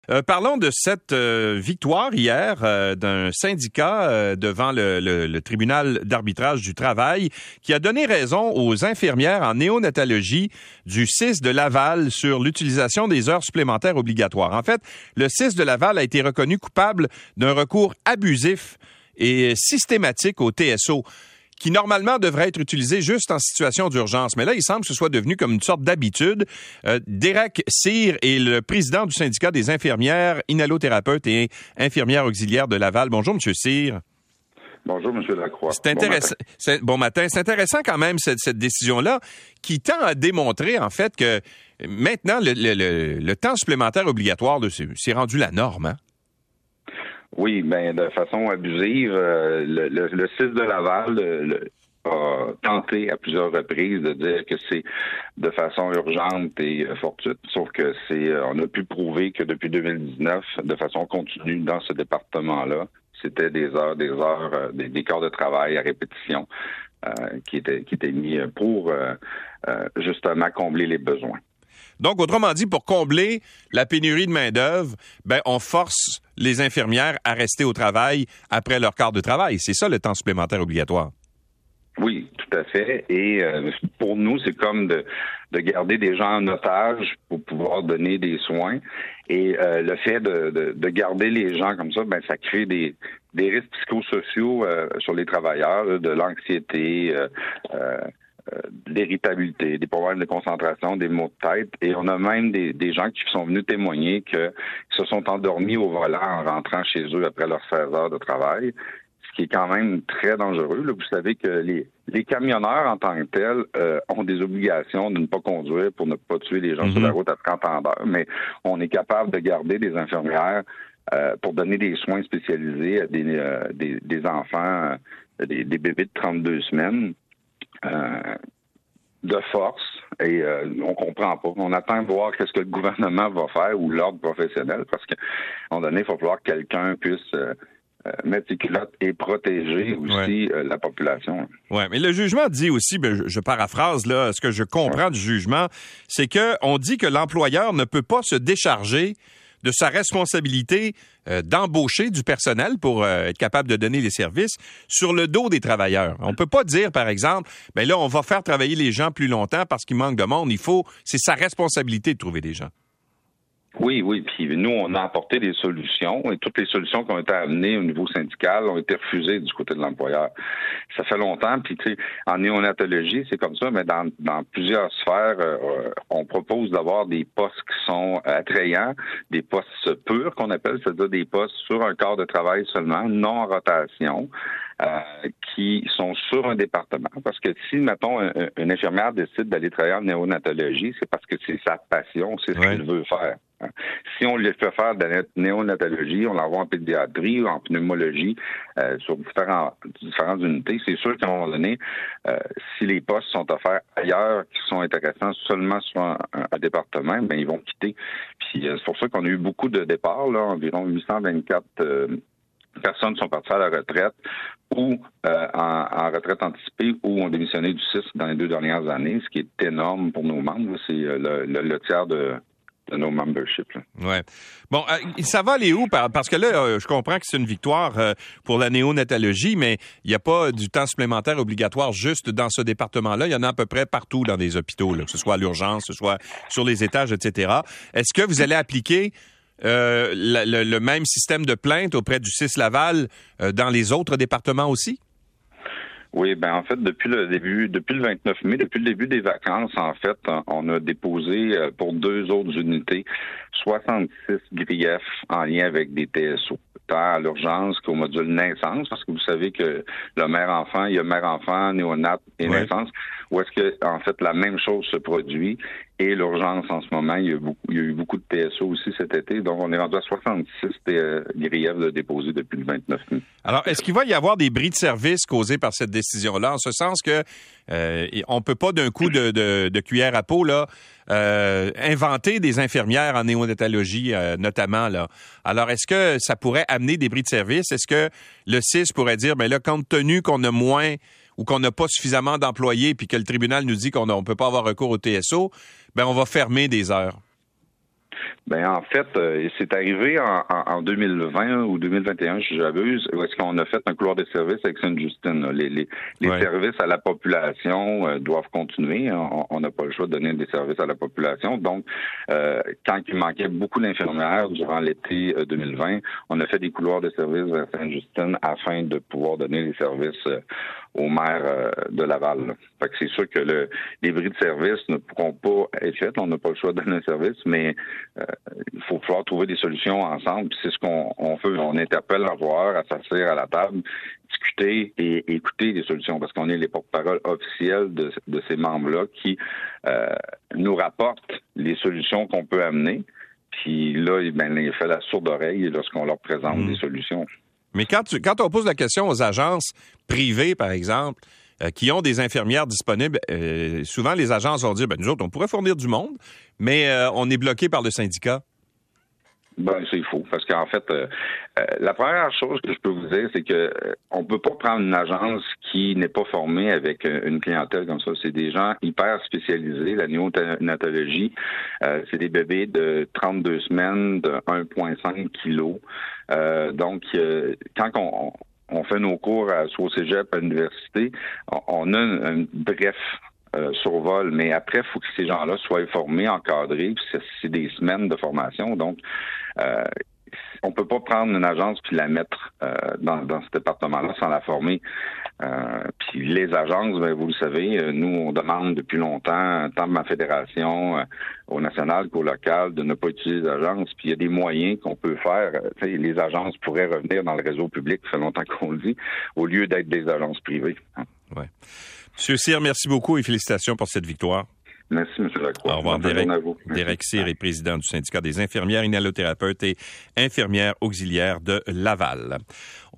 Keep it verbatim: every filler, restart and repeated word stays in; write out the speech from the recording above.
Euh, parlons de cette euh, victoire hier euh, d'un syndicat euh, devant le, le, le tribunal d'arbitrage du travail qui a donné raison aux infirmières en néonatologie du C I S de Laval sur l'utilisation des heures supplémentaires obligatoires. En fait, le C I S de Laval a été reconnu coupable d'un recours abusif et systématique au T S O, qui normalement devrait être utilisé juste en situation d'urgence. Mais là, il semble que ce soit devenu comme une sorte d'habitude. Euh, Derek Cyr est le président du syndicat des infirmières, inhalothérapeutes et infirmières auxiliaires de Laval. Bonjour, M. Cyr. Bonjour, M. Lacroix. C'est intéressant. Bon matin. C'est, bon matin. C'est intéressant quand même, cette, cette décision-là, qui tend à démontrer, en fait, que maintenant, le, le, le, le temps supplémentaire obligatoire, de, c'est, c'est rendu la norme, hein? Oui, bien, de façon abusive, euh, le, le, le C I S de Laval le, le, a tenté à plusieurs reprises de dire que c'est de façon urgente et euh, fortuite, sauf que c'est, euh, on a pu prouver que depuis deux mille dix-neuf, de façon continue dans ce département-là, c'était des heures, des heures, euh, des, des quarts de travail à répétition euh, qui étaient qui étaient mis pour euh, euh, justement combler les besoins. Donc, autrement dit, pour combler la pénurie de main-d'œuvre, ben, on force les infirmières à rester au travail après leur quart de travail. C'est ça, le temps supplémentaire obligatoire. Oui, tout à fait. Et euh, pour nous, c'est comme de, de garder des gens en otage pour pouvoir donner des soins. Et euh, le fait de, de, de garder les gens comme ça, ben, ça crée des, des risques psychosociaux euh, sur les travailleurs, là, de l'anxiété, euh, euh, Euh, de l'irritabilité, des problèmes de concentration, des maux de tête. Et on a même des, des gens qui sont venus témoigner qu'ils se sont endormis au volant en rentrant chez eux après leurs seize heures de travail, ce qui est quand même très dangereux. Là, vous savez que les, les camionneurs en tant que tels euh, ont des obligations de ne pas conduire pour ne pas tuer les gens mm-hmm. sur la route à trente à l'heure, mais on est capable de garder des infirmières euh, pour donner des soins spécialisés à des, euh, des, des enfants, euh, des, des bébés de trente-deux semaines. Euh, de force et euh, on comprend pas. On attend de voir qu'est-ce que le gouvernement va faire ou l'ordre professionnel parce qu'à un moment donné, il va falloir que quelqu'un puisse euh, euh, mettre ses culottes et protéger aussi ouais. euh, la population. Oui, mais le jugement dit aussi, ben, je, je paraphrase là, ce que je comprends ouais. du jugement, c'est que on dit que l'employeur ne peut pas se décharger de sa responsabilité euh, d'embaucher du personnel pour euh, être capable de donner les services sur le dos des travailleurs. On peut pas dire, par exemple, ben là, on va faire travailler les gens plus longtemps parce qu'il manque de monde. Il faut, c'est sa responsabilité de trouver des gens. Oui, oui. Puis nous, on a apporté des solutions et toutes les solutions qui ont été amenées au niveau syndical ont été refusées du côté de l'employeur. Ça fait longtemps. Puis, tu sais, en néonatologie, c'est comme ça, mais dans, dans plusieurs sphères, euh, on propose d'avoir des postes qui sont attrayants, des postes purs qu'on appelle, c'est-à-dire des postes sur un quart de travail seulement, non en rotation. Euh, qui sont sur un département. Parce que si, mettons, un, une infirmière décide d'aller travailler en néonatologie, c'est parce que c'est sa passion, c'est ce ouais. qu'elle veut faire. Hein. Si on lui fait faire de la néonatologie, on l'envoie en pédiatrie ou en pneumologie, euh, sur différents, différentes unités, c'est sûr qu'à un moment donné, euh, si les postes sont offerts ailleurs, qui sont intéressants seulement sur un, un, un département, ben ils vont quitter. Puis euh, c'est pour ça qu'on a eu beaucoup de départs, là, environ huit cent vingt-quatre euh, personnes sont parties à la retraite ou euh, en, en retraite anticipée ou ont démissionné du C I S dans les deux dernières années, ce qui est énorme pour nos membres. C'est le, le, le tiers de, de nos memberships. Oui. Bon, euh, ça va aller où? Parce que là, euh, je comprends que c'est une victoire euh, pour la néonatologie, mais il n'y a pas du temps supplémentaire obligatoire juste dans ce département-là. Il y en a à peu près partout dans des hôpitaux, là, que ce soit à l'urgence, que ce soit sur les étages, et cetera. Est-ce que vous allez appliquer Euh, le, le, le même système de plainte auprès du C I S Laval euh, dans les autres départements aussi? Oui, ben en fait, depuis le début, depuis le vingt-neuf mai, depuis le début des vacances, en fait, on a déposé pour deux autres unités soixante-six griefs en lien avec des T S O, tant à l'urgence qu'au module naissance, parce que vous savez que le mère-enfant, il y a mère-enfant, néonat et ouais. naissance, où est-ce que, en fait, la même chose se produit. Et l'urgence en ce moment, il y a eu beaucoup, il y a eu beaucoup de T S O aussi cet été. Donc, on est rendu à soixante-six griefs de déposés depuis le vingt-neuf mai. Alors, est-ce qu'il va y avoir des bris de service causés par cette décision-là, en ce sens que euh, on peut pas d'un coup de, de, de cuillère à peau là euh, inventer des infirmières en néonatologie, euh, notamment là. Alors, est-ce que ça pourrait amener des bris de service? Est-ce que le C I S pourrait dire, ben là, compte tenu qu'on a moins ou qu'on n'a pas suffisamment d'employés puis que le tribunal nous dit qu'on ne peut pas avoir recours au T S O, ben on va fermer des heures? Ben en fait, euh, c'est arrivé en, en, en deux mille vingt ou deux mille vingt et un, si j'abuse, où est-ce qu'on a fait un couloir de service avec Sainte-Justine. Les, les, les ouais. services à la population euh, doivent continuer. On n'a pas le choix de donner des services à la population. Donc, euh, quand il manquait beaucoup d'infirmières durant l'été euh, deux mille vingt, on a fait des couloirs de service vers Sainte-Justine afin de pouvoir donner les services euh, aux maires euh, de Laval. Là. Fait que c'est sûr que le, les bris de service ne pourront pas être faits. On n'a pas le choix de donner un service, mais euh, il faut pouvoir trouver des solutions ensemble. Puis c'est ce qu'on on fait. On interpelle à voir, à s'asseoir à la table, discuter et écouter des solutions, parce qu'on est les porte-parole officiels de, de ces membres-là qui euh, nous rapportent les solutions qu'on peut amener. Puis là, ben, il fait la sourde oreille lorsqu'on leur présente mmh. des solutions. Mais quand, tu, quand on pose la question aux agences privées, par exemple, euh, qui ont des infirmières disponibles, euh, souvent les agences vont dire, ben nous autres, on pourrait fournir du monde, mais euh, on est bloqué par le syndicat. Ben c'est faux, parce qu'en fait, euh, euh, la première chose que je peux vous dire, c'est que euh, on peut pas prendre une agence qui n'est pas formée avec euh, une clientèle comme ça. C'est des gens hyper spécialisés. La néonatologie, euh, c'est des bébés de trente-deux semaines, de un virgule cinq kilos. Euh, donc, euh, quand on, on fait nos cours à, soit au cégep, à l'université, on, on a un, un bref Euh, survol, mais après, il faut que ces gens-là soient formés, encadrés, puis c'est, c'est des semaines de formation, donc euh, on peut pas prendre une agence puis la mettre euh, dans, dans ce département-là sans la former. Euh, puis les agences, ben, vous le savez, nous, on demande depuis longtemps, tant de ma fédération euh, au national qu'au local, de ne pas utiliser d'agences. Puis il y a des moyens qu'on peut faire. Euh, les agences pourraient revenir dans le réseau public, ça fait longtemps qu'on le dit, au lieu d'être des agences privées. Hein. Ouais. Monsieur Cyr, merci beaucoup et félicitations pour cette victoire. Merci, M. Lacroix. Au revoir, Derek, Derek Cyr est président du syndicat des infirmières inhalothérapeutes et infirmières auxiliaires de Laval.